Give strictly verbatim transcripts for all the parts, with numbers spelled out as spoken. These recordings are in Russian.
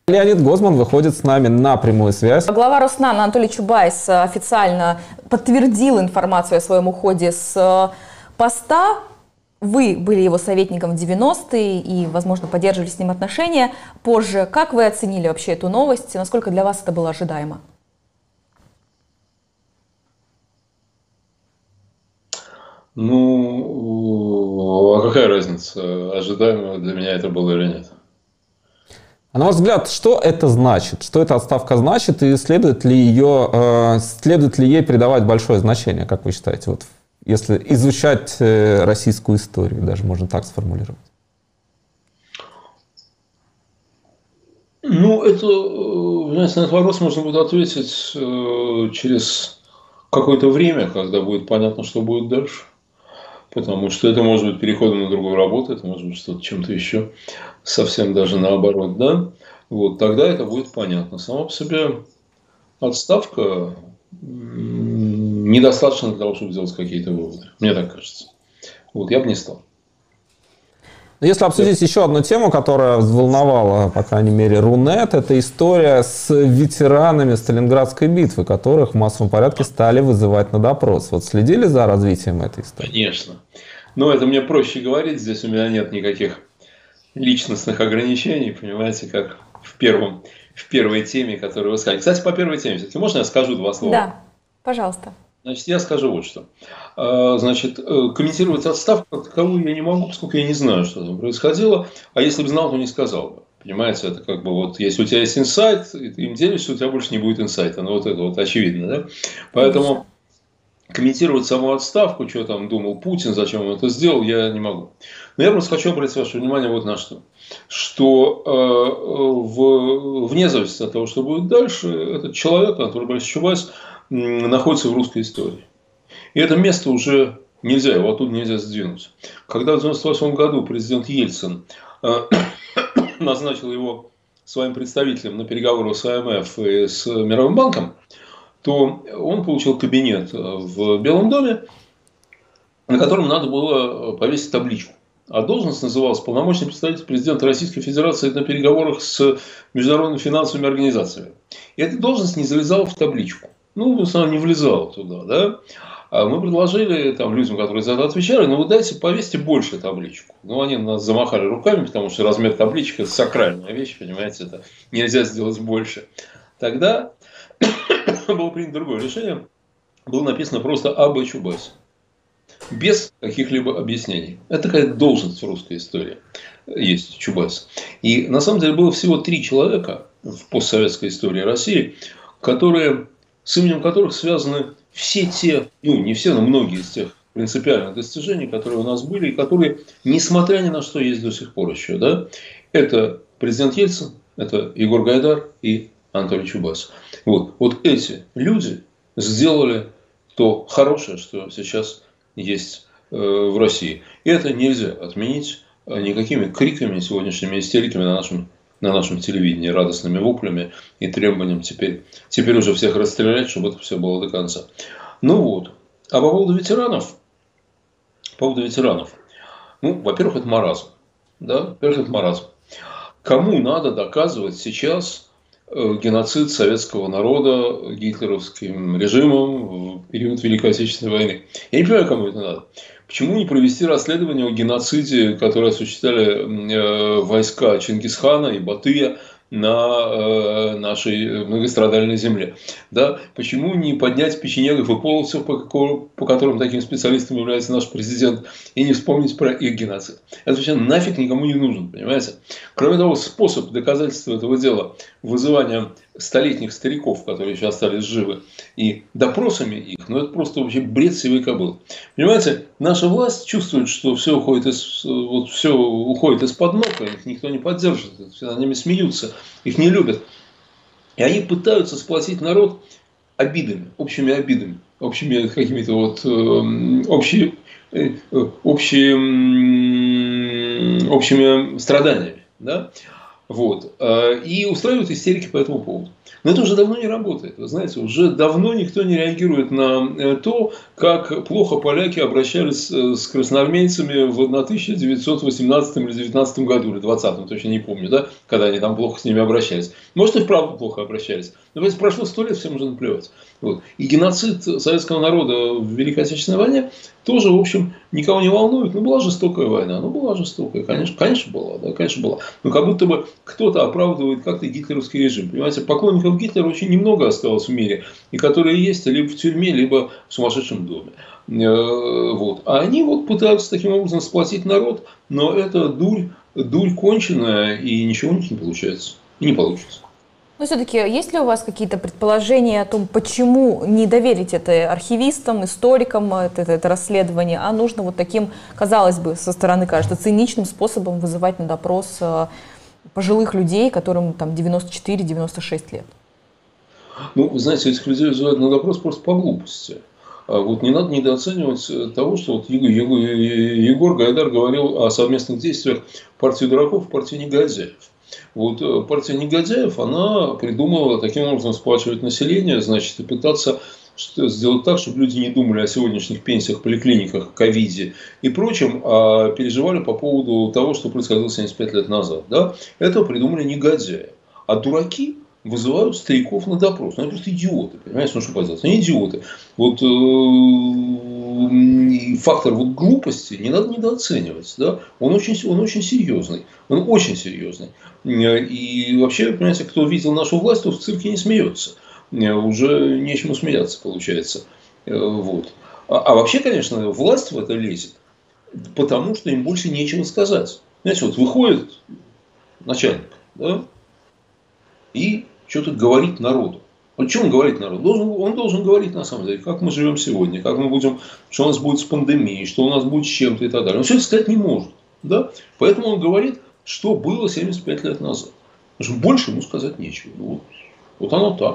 Леонид Гозман выходит с нами на прямую связь. Глава Роснана Анатолий Чубайс официально подтвердил информацию о своем уходе с поста. Вы были его советником в девяностые и, возможно, поддерживали с ним отношения позже. Как вы оценили вообще эту новость? Насколько для вас это было ожидаемо? Ну, а какая разница, ожидаемо для меня это было или нет? А на ваш взгляд, что это значит? Что эта отставка значит? И следует ли, ее, э, следует ли ей придавать большое значение, как вы считаете, вот, если изучать э, российскую историю, даже можно так сформулировать? Ну, это, знаете, на этот вопрос можно будет ответить э, через какое-то время, когда будет понятно, что будет дальше. Потому что это может быть переходом на другую работу, это может быть что-то чем-то еще, совсем даже наоборот, да. Вот, тогда это будет понятно. Сама по себе отставка недостаточно для того, чтобы сделать какие-то выводы. Мне так кажется. Вот, я бы не стал. Если обсудить да. еще одну тему, которая взволновала, по крайней мере, Рунет, это история с ветеранами Сталинградской битвы, которых в массовом порядке стали вызывать на допрос. Вот следили за развитием этой истории? Конечно. Но это мне проще говорить, здесь у меня нет никаких личностных ограничений, понимаете, как в, первом, в первой теме, которую вы сказали. Кстати, по первой теме, все-таки можно я скажу два слова? Да, пожалуйста. Значит, я скажу вот что. Значит, комментировать отставку таковую я не могу, поскольку я не знаю, что там происходило. А если бы знал, то не сказал бы. Понимаете, это как бы вот, если у тебя есть инсайт, и ты им делишься, у тебя больше не будет инсайта. Ну, вот это вот очевидно, да? Поэтому комментировать саму отставку, что там думал Путин, зачем он это сделал, я не могу. Но я просто хочу обратить ваше внимание вот на что. Что э, в, вне зависимости от того, что будет дальше, этот человек, Анатолий Борисович Чубайс, находится в русской истории. И это место уже нельзя, его оттуда нельзя сдвинуть. Когда в девяносто восьмом году президент Ельцин э, назначил его своим представителем на переговоры с АМФ и с Мировым банком, то он получил кабинет в Белом доме, на котором надо было повесить табличку. А должность называлась полномочный представитель президента Российской Федерации на переговорах с международными финансовыми организациями. И эта должность не залезала в табличку. Ну, в основном, не влезала туда, да. А мы предложили там людям, которые за это отвечали, ну, вы дайте, повесьте больше табличку. Ну, они нас замахали руками, потому что размер таблички – это сакральная вещь, понимаете, это нельзя сделать больше. Тогда было принято другое решение, было написано просто А Б Чубайс. Без каких-либо объяснений. Это такая должность в русской истории есть, Чубайс. И на самом деле было всего три человека в постсоветской истории России, которые, с именем которых связаны все те, ну не все, но многие из тех принципиальных достижений, которые у нас были, и которые, несмотря ни на что, есть до сих пор еще. Да? Это президент Ельцин, это Егор Гайдар и Анатолий Чубайс. Вот, вот эти люди сделали то хорошее, что сейчас есть в России. И это нельзя отменить никакими криками, сегодняшними истериками на нашем, на нашем телевидении, радостными воплями и требованием теперь, теперь уже всех расстрелять, чтобы это все было до конца. Ну вот. А по поводу ветеранов, по поводу ветеранов, ну, во-первых, это маразм. Да? Во-первых, это маразм. Кому надо доказывать сейчас геноцид советского народа гитлеровским режимом в период Великой Отечественной войны? Я не понимаю, кому это надо. Почему не провести расследование о геноциде, который осуществляли войска Чингисхана и Батыя на нашей многострадальной земле? Да? Почему не поднять печенегов и половцев, по, по которым таким специалистом является наш президент, и не вспомнить про их геноцид? Это вообще нафиг никому не нужен, понимаете? Кроме того, способ доказательства этого дела вызывания столетних стариков, которые еще остались живы, и допросами их, ну это просто вообще бред сивой кобылы. Понимаете, наша власть чувствует, что все уходит из, вот, все уходит из-под ног, их никто не поддерживает, все над ними смеются, их не любят. И они пытаются сплотить народ обидами, общими обидами, общими какими-то вот э, общие, э, общие, э, общими страданиями. Да? Вот. И устраивают истерики по этому поводу. Но это уже давно не работает. Вы знаете, уже давно никто не реагирует на то, как плохо поляки обращались с красноармейцами в тысяча девятьсот восемнадцатом или девятнадцатом году, или двадцатом, точно не помню, да, когда они там плохо с ними обращались. Может, и вправду плохо обращались. Но если прошло сто лет, всем уже наплевать. Вот. И геноцид советского народа в Великой Отечественной войне тоже, в общем, никого не волнует. Ну, была жестокая война. Ну, была жестокая. Конечно, конечно была. Да, конечно, была. Но как будто бы кто-то оправдывает как-то гитлеровский режим. Понимаете, поклонников Гитлера очень немного осталось в мире. И которые есть либо в тюрьме, либо в сумасшедшем доме. Вот. А они вот пытаются таким образом сплотить народ. Но это дурь, дурь конченая. И ничего у них не получается. И не получится. Но все-таки есть ли у вас какие-то предположения о том, почему не доверить это архивистам, историкам, это, это, это расследование, а нужно вот таким, казалось бы, со стороны, кажется, циничным способом вызывать на допрос пожилых людей, которым там девяносто четыре — девяносто шесть лет? Ну, вы знаете, этих людей вызывают на допрос просто по глупости. Вот не надо недооценивать того, что вот Егор Гайдар говорил о совместных действиях партии дураков и партии негодяев. Вот партия негодяев, она придумала таким образом сплачивать население, значит, и пытаться сделать так, чтобы люди не думали о сегодняшних пенсиях, поликлиниках, ковиде и прочем, а переживали по поводу того, что происходило семьдесят пять лет назад. Да? Это придумали негодяи. А дураки вызывают стариков на допрос. Ну, они просто идиоты, понимаете, ну что поделать, они идиоты. Вот э, фактор вот глупости не надо недооценивать, да? Он очень, он очень серьезный, он очень серьезный. И вообще, понимаете, кто видел нашу власть, то в цирке не смеется, уже нечему смеяться получается. Вот. А, а вообще, конечно, власть в это лезет, потому что им больше нечего сказать. Знаете, вот выходит начальник, да, и что-то говорит народу. Вот что он говорит народу? Должен, он должен говорить на самом деле, как мы живем сегодня, как мы будем, что у нас будет с пандемией, что у нас будет с чем-то и так далее. Он все это сказать не может. Да? Поэтому он говорит, что было семьдесят пять лет назад. Потому что больше ему сказать нечего. Вот, вот оно так.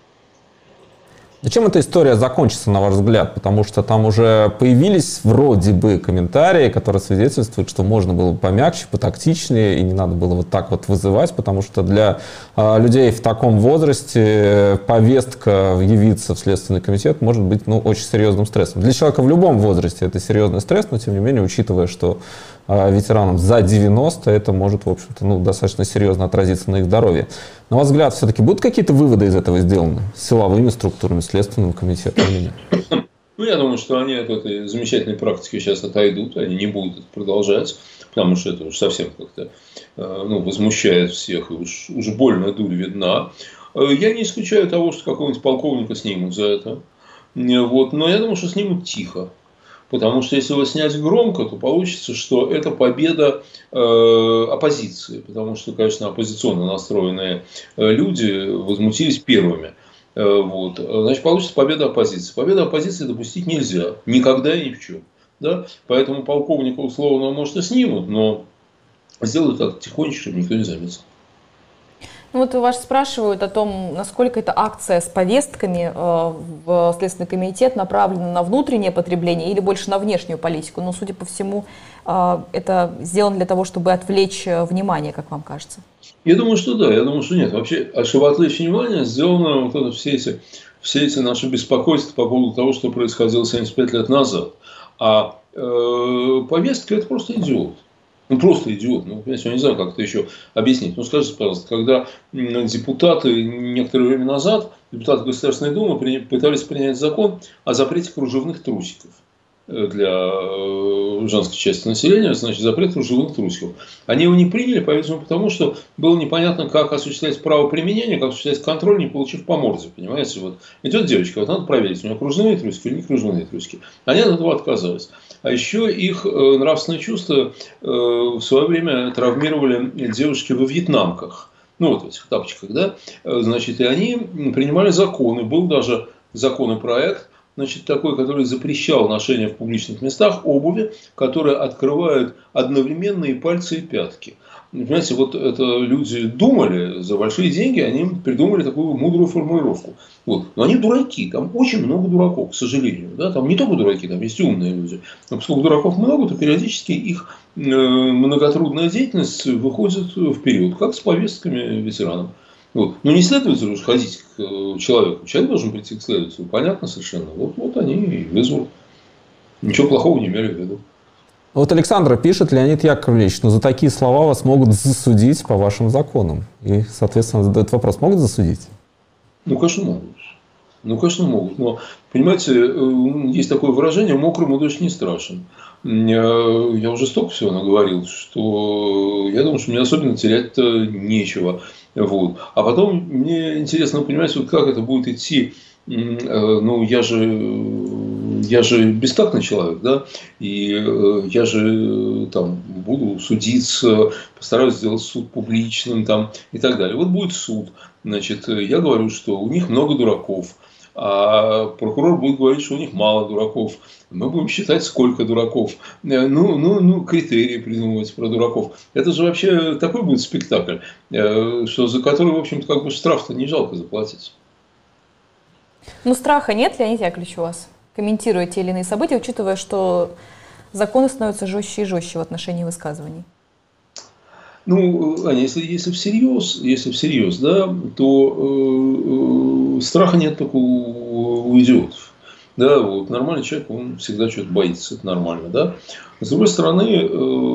Да чем эта история закончится, на ваш взгляд? Потому что там уже появились вроде бы комментарии, которые свидетельствуют, что можно было бы помягче, потактичнее, и не надо было вот так вот вызывать, потому что для э, людей в таком возрасте повестка явиться в Следственный комитет может быть, ну, очень серьезным стрессом. Для человека в любом возрасте это серьезный стресс, но тем не менее, учитывая, что э, ветеранам за девяносто, это может, в общем-то, ну, достаточно серьезно отразиться на их здоровье. На ваш взгляд, все-таки будут какие-то выводы из этого сделаны силовыми структурами, Следственным комитетом или нет? Ну, я думаю, что они от этой замечательной практики сейчас отойдут, они не будут это продолжать, потому что это уж совсем как-то ну, возмущает всех, и уж, уж больно дурь видна. Я не исключаю того, что какого-нибудь полковника снимут за это, вот, но я думаю, что снимут тихо. Потому что если его снять громко, то получится, что это победа э, оппозиции. Потому что, конечно, оппозиционно настроенные люди возмутились первыми. Э, вот. Значит, получится победа оппозиции. Победа оппозиции допустить нельзя. Никогда и ни в чем. Да? Поэтому полковника условно, может, и снимут, но сделают так тихонечко, чтобы никто не заметил. Ну вот вас спрашивают о том, насколько эта акция с повестками э, в Следственный комитет направлена на внутреннее потребление или больше на внешнюю политику. Но, судя по всему, э, это сделано для того, чтобы отвлечь внимание, как вам кажется? Я думаю, что да, я думаю, что нет. Вообще, чтобы отвлечь внимание, сделано вот это, все, эти, все эти наши беспокойства по поводу того, что происходило семьдесят пять лет назад. А э, повестка – это просто идиот. Ну, просто идиот. Ну, понимаете, я не знаю, как это еще объяснить. Ну, скажите, пожалуйста, когда депутаты некоторое время назад, депутаты Государственной Думы пытались принять закон о запрете кружевных трусиков для женской части населения, значит, запрет кружевных трусиков. Они его не приняли, по-видимому, потому что было непонятно, как осуществлять право применения, как осуществлять контроль, не получив по морде, понимаете. Вот идет девочка, вот надо проверить, у нее кружевные трусики или не кружевные трусики. Они от этого отказались. А еще их нравственные чувства в свое время травмировали девушки во вьетнамках. Ну, вот в этих тапочках, да. Значит, и они принимали законы. Был даже законопроект, значит, такой, который запрещал ношение в публичных местах обуви, которая открывает одновременно и пальцы, и пятки. понимаете, вот это люди думали за большие деньги, они придумали такую мудрую формулировку. Вот. Но они дураки, там очень много дураков, к сожалению. Да? Там не только дураки, там есть умные люди. Но поскольку дураков много, то периодически их многотрудная деятельность выходит вперед, как с повестками ветеранов. Вот. Но не следователю же ходить к человеку. Человек должен прийти к следователю. Понятно совершенно. Вот, вот они и вызвали. Ничего плохого не имели в виду. Вот Александра пишет: Леонид Яковлевич, но за такие слова вас могут засудить по вашим законам. И, соответственно, задает вопрос: могут засудить? Ну, конечно, могут. Ну, конечно, могут. Но, понимаете, есть такое выражение: мокрому дождь не страшен. Я уже столько всего наговорил, что я думаю, что мне особенно терять-то нечего. Вот. А потом мне интересно, понимаете, вот как это будет идти. Ну, я же, я же бестактный человек, да, и я же там буду судиться, постараюсь сделать суд публичным там и так далее. Вот будет суд, значит, я говорю, что у них много дураков. А прокурор будет говорить, что у них мало дураков. Мы будем считать, сколько дураков. Ну, ну, ну, критерии придумывать про дураков. Это же вообще такой будет спектакль, что за который, в общем-то, как бы штраф-то не жалко заплатить. Ну, страха нет, Леонид Яковлевич, у вас, комментируя те или иные события, учитывая, что законы становятся жестче и жестче в отношении высказываний? Ну, Аня, если, если всерьез, если всерьез, да, то э, э, страха нет только у, у идиотов. Да, вот нормальный человек, он всегда что-то боится, это нормально, да. С другой стороны, э,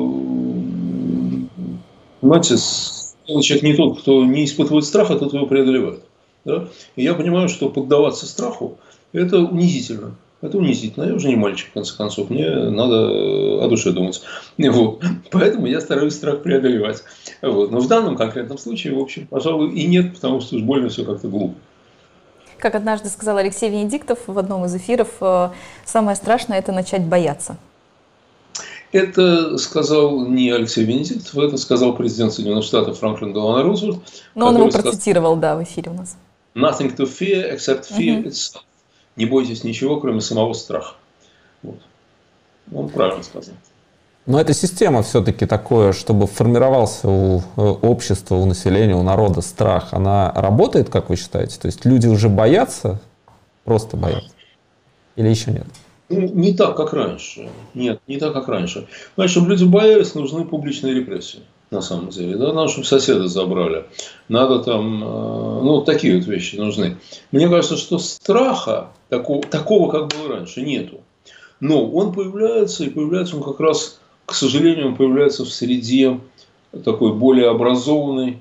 понимаете, человек не тот, кто не испытывает страха, тот его преодолевает. Да? И я понимаю, что поддаваться страху – это унизительно. Это унизительно. Я уже не мальчик, в конце концов. Мне надо о душе думать. Вот. Поэтому я стараюсь страх преодолевать. Вот. Но в данном конкретном случае, в общем, пожалуй, и нет, потому что уж больно все как-то глупо. Как однажды сказал Алексей Венедиктов в одном из эфиров, самое страшное – это начать бояться. Это сказал не Алексей Венедиктов, это сказал президент Соединенных Штатов Франклин Делано Рузвельт. Но он его процитировал, да, в эфире у нас. Nothing to fear except fear uh-huh. itself. Не бойтесь ничего, кроме самого страха. Вот. Он правильно сказал. Но эта система все-таки такое, чтобы формировался у общества, у населения, у народа страх, она работает, как вы считаете? То есть люди уже боятся, просто боятся? Или еще нет? Ну, не так, как раньше. Нет, не так, как раньше. Значит, чтобы люди боялись, нужны публичные репрессии. На самом деле, да, надо, чтобы соседа забрали. Надо там, ну, такие вот вещи нужны. Мне кажется, что страха такого, такого, как было раньше, нету. Но он появляется, и появляется он как раз, к сожалению, он появляется в среде такой более образованной.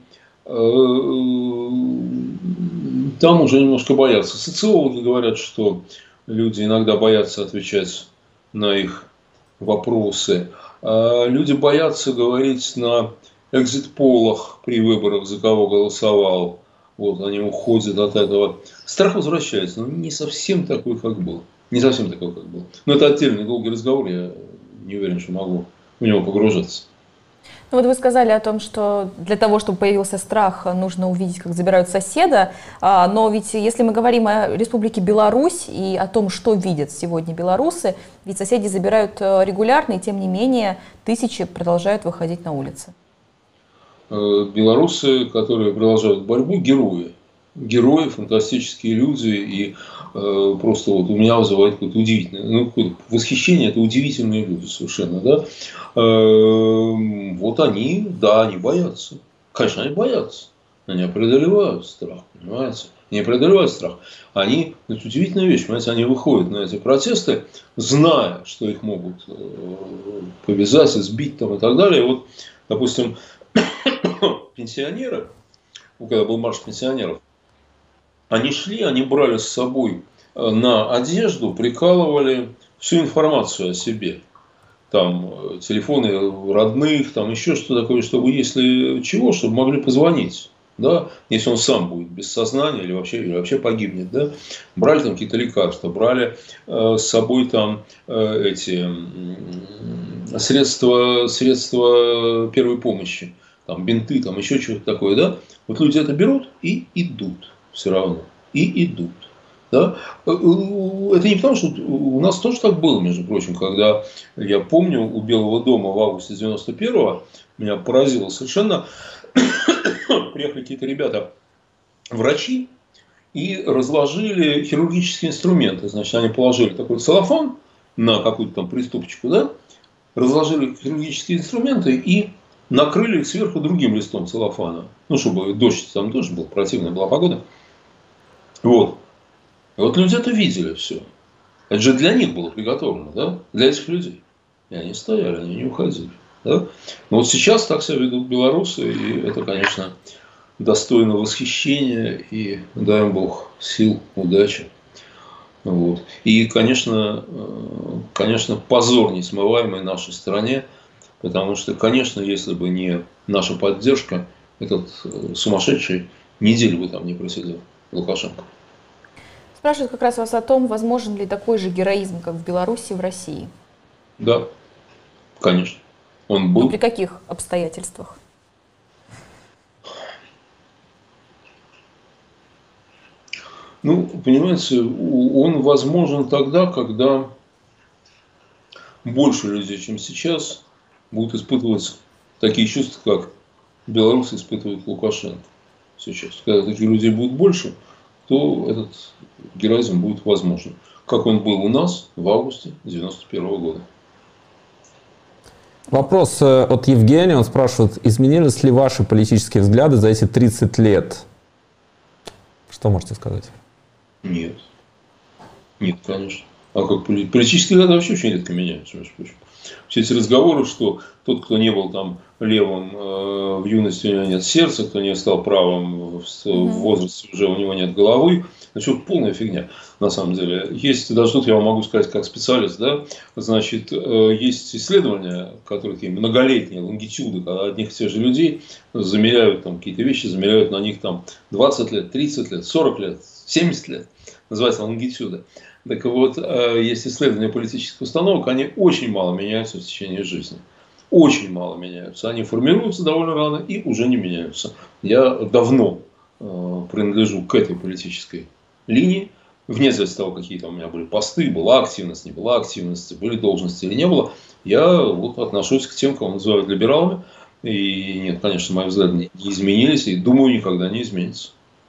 Там уже немножко боятся. Социологи говорят, что люди иногда боятся отвечать на их вопросы. Люди боятся говорить на экзит-полах при выборах, за кого голосовал. Вот, они уходят от этого. Страх возвращается, но не совсем такой, как был. Не совсем такой, как был. Но это отдельный долгий разговор, я не уверен, что могу в него погружаться. Ну вот вы сказали о том, что для того, чтобы появился страх, нужно увидеть, как забирают соседа. Но ведь если мы говорим о Республике Беларусь и о том, что видят сегодня белорусы, ведь соседи забирают регулярно, и тем не менее тысячи продолжают выходить на улицы. Белорусы, которые продолжают борьбу, герои. Герои, фантастические люди. И э, просто вот у меня вызывает какое-то удивительное, ну, какое-то восхищение. Это удивительные люди совершенно. Да? Э, вот они, да, они боятся. Конечно, они боятся. Они преодолевают страх, понимаете? Они преодолевают страх. Они, это удивительная вещь, понимаете, они выходят на эти протесты, зная, что их могут э, повязать, избить там, и так далее. И вот, допустим, пенсионеры, когда был марш пенсионеров, они шли, они брали с собой на одежду, прикалывали всю информацию о себе. Там телефоны родных, там еще что такое, чтобы если чего, чтобы могли позвонить. Да? Если он сам будет без сознания или вообще, или вообще погибнет. Да? Брали там какие-то лекарства, брали э, с собой там э, эти э, средства, средства первой помощи. Там бинты, там еще что-то такое, да? Вот люди это берут и идут все равно. И идут. Да? Это не потому, что у нас тоже так было, между прочим, когда, я помню, у Белого дома в августе девяносто первого меня поразило совершенно, приехали какие-то ребята, врачи, и разложили хирургические инструменты. Значит, они положили такой целлофан на какую-то там приступочку, да, разложили хирургические инструменты и накрыли их сверху другим листом целлофана. Ну, чтобы дождь там тоже был, противная была погода. Вот. И вот люди это видели все. Это же для них было приготовлено, да? Для этих людей. И они стояли, они не уходили. Да? Но вот сейчас так себя ведут белорусы, и это, конечно, достойно восхищения. И дай им Бог сил, удачи. Вот. И, конечно, конечно, позор несмываемый нашей стране. Потому что, конечно, если бы не наша поддержка, этот сумасшедший неделю бы там не просидел, Лукашенко. Спрашивают как раз вас о том, возможен ли такой же героизм, как в Беларуси, в России. Да, конечно. Он был. Но при каких обстоятельствах? Ну, понимаете, он возможен тогда, когда больше людей, чем сейчас, будут испытывать такие чувства, как белорусы испытывают Лукашенко сейчас. Когда таких людей будет больше, то этот героизм будет возможен. Как он был у нас в августе девяносто первого года. Вопрос от Евгения. Он спрашивает, изменились ли ваши политические взгляды за эти тридцать лет? Что можете сказать? Нет. Нет, конечно. А как политические взгляды вообще очень редко меняются, между прочим. Все эти разговоры, что тот, кто не был там левым э, в юности, у него нет сердца, кто не стал правым в, в возрасте, уже у него нет головы. Значит, полная фигня, на самом деле. Есть, даже тут я вам могу сказать, как специалист, да, значит, э, есть исследования, которые такие многолетние, лонгитюды, когда одних и тех же людей замеряют там какие-то вещи, замеряют на них там двадцать лет, тридцать лет, сорок лет, семьдесят лет. Называется лонгитюды. Так вот, есть исследования политических установок, они очень мало меняются в течение жизни. Очень мало меняются. Они формируются довольно рано и уже не меняются. Я давно принадлежу к этой политической линии. Вне зависимости от того, какие там у меня были посты, была активность, не была активность, были должности или не было. Я вот отношусь к тем, кого называют либералами. И нет, конечно, мои взгляды не изменились и, думаю, никогда не изменятся.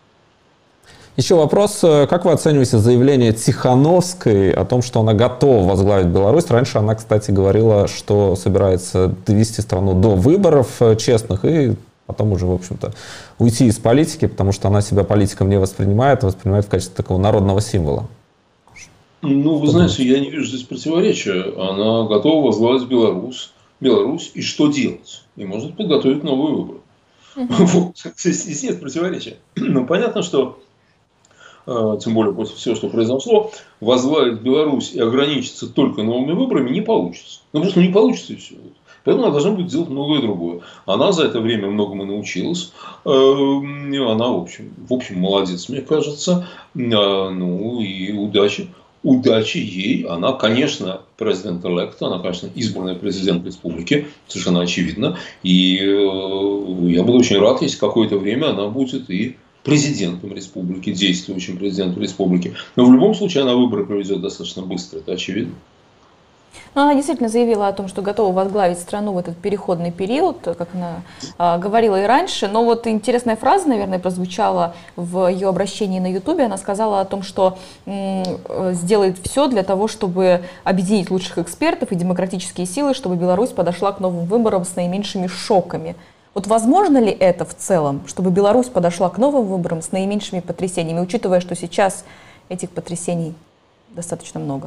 Еще вопрос. Как вы оцениваете заявление Тихановской о том, что она готова возглавить Беларусь? Раньше она, кстати, говорила, что собирается довести страну до выборов честных и потом уже, в общем-то, уйти из политики, потому что она себя политиком не воспринимает, а воспринимает в качестве такого народного символа. Ну, вы знаете, я не вижу здесь противоречия. Она готова возглавить Беларусь, Беларусь и что делать? И может подготовить новые выборы. Вот. Здесь нет противоречия. Но понятно, что тем более после всего, что произошло, возглавить Беларусь и ограничиться только новыми выборами не получится. Ну, просто не получится и все. Поэтому она должна будет делать многое другое. Она за это время многому научилась. Она, в общем, в общем молодец, мне кажется. Ну, и удачи. Удачи ей. Она, конечно, президент-элект. Она, конечно, избранный президент республики. Совершенно очевидно. И я буду очень рад, если какое-то время она будет и президентом республики, действующим президентом республики. Но в любом случае она выборы проведет достаточно быстро, это очевидно. Но она действительно заявила о том, что готова возглавить страну в этот переходный период, как она а, говорила и раньше. Но вот интересная фраза, наверное, прозвучала в ее обращении на Ютубе. Она сказала о том, что м, сделает все для того, чтобы объединить лучших экспертов и демократические силы, чтобы Беларусь подошла к новым выборам с наименьшими шоками. Вот возможно ли это в целом, чтобы Беларусь подошла к новым выборам с наименьшими потрясениями, учитывая, что сейчас этих потрясений достаточно много?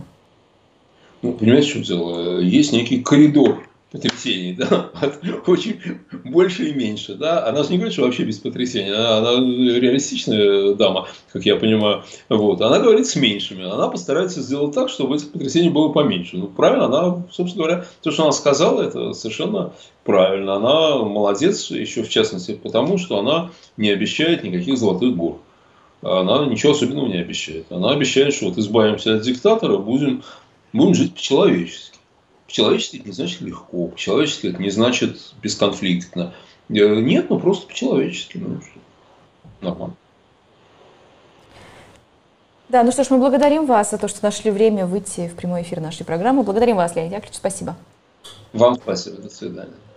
Ну, понимаете, в чем дело? Есть некий коридор потрясений, да, от очень больше и меньше, да. Она же не говорит, что вообще без потрясений, она, она реалистичная дама, как я понимаю, вот. Она говорит с меньшими, она постарается сделать так, чтобы этих потрясений было поменьше. Ну, правильно, она, собственно говоря, то, что она сказала, это совершенно правильно. Она молодец, еще в частности, потому что она не обещает никаких золотых гор. Она ничего особенного не обещает. Она обещает, что вот избавимся от диктатора, будем, будем жить по-человечески. По-человечески это не значит легко, по-человечески это не значит бесконфликтно. Нет, ну просто по-человечески. Ну, нормально. Да, ну что ж, мы благодарим вас за то, что нашли время выйти в прямой эфир нашей программы. Благодарим вас, Леонид Яковлевич, спасибо. Вам спасибо, до свидания.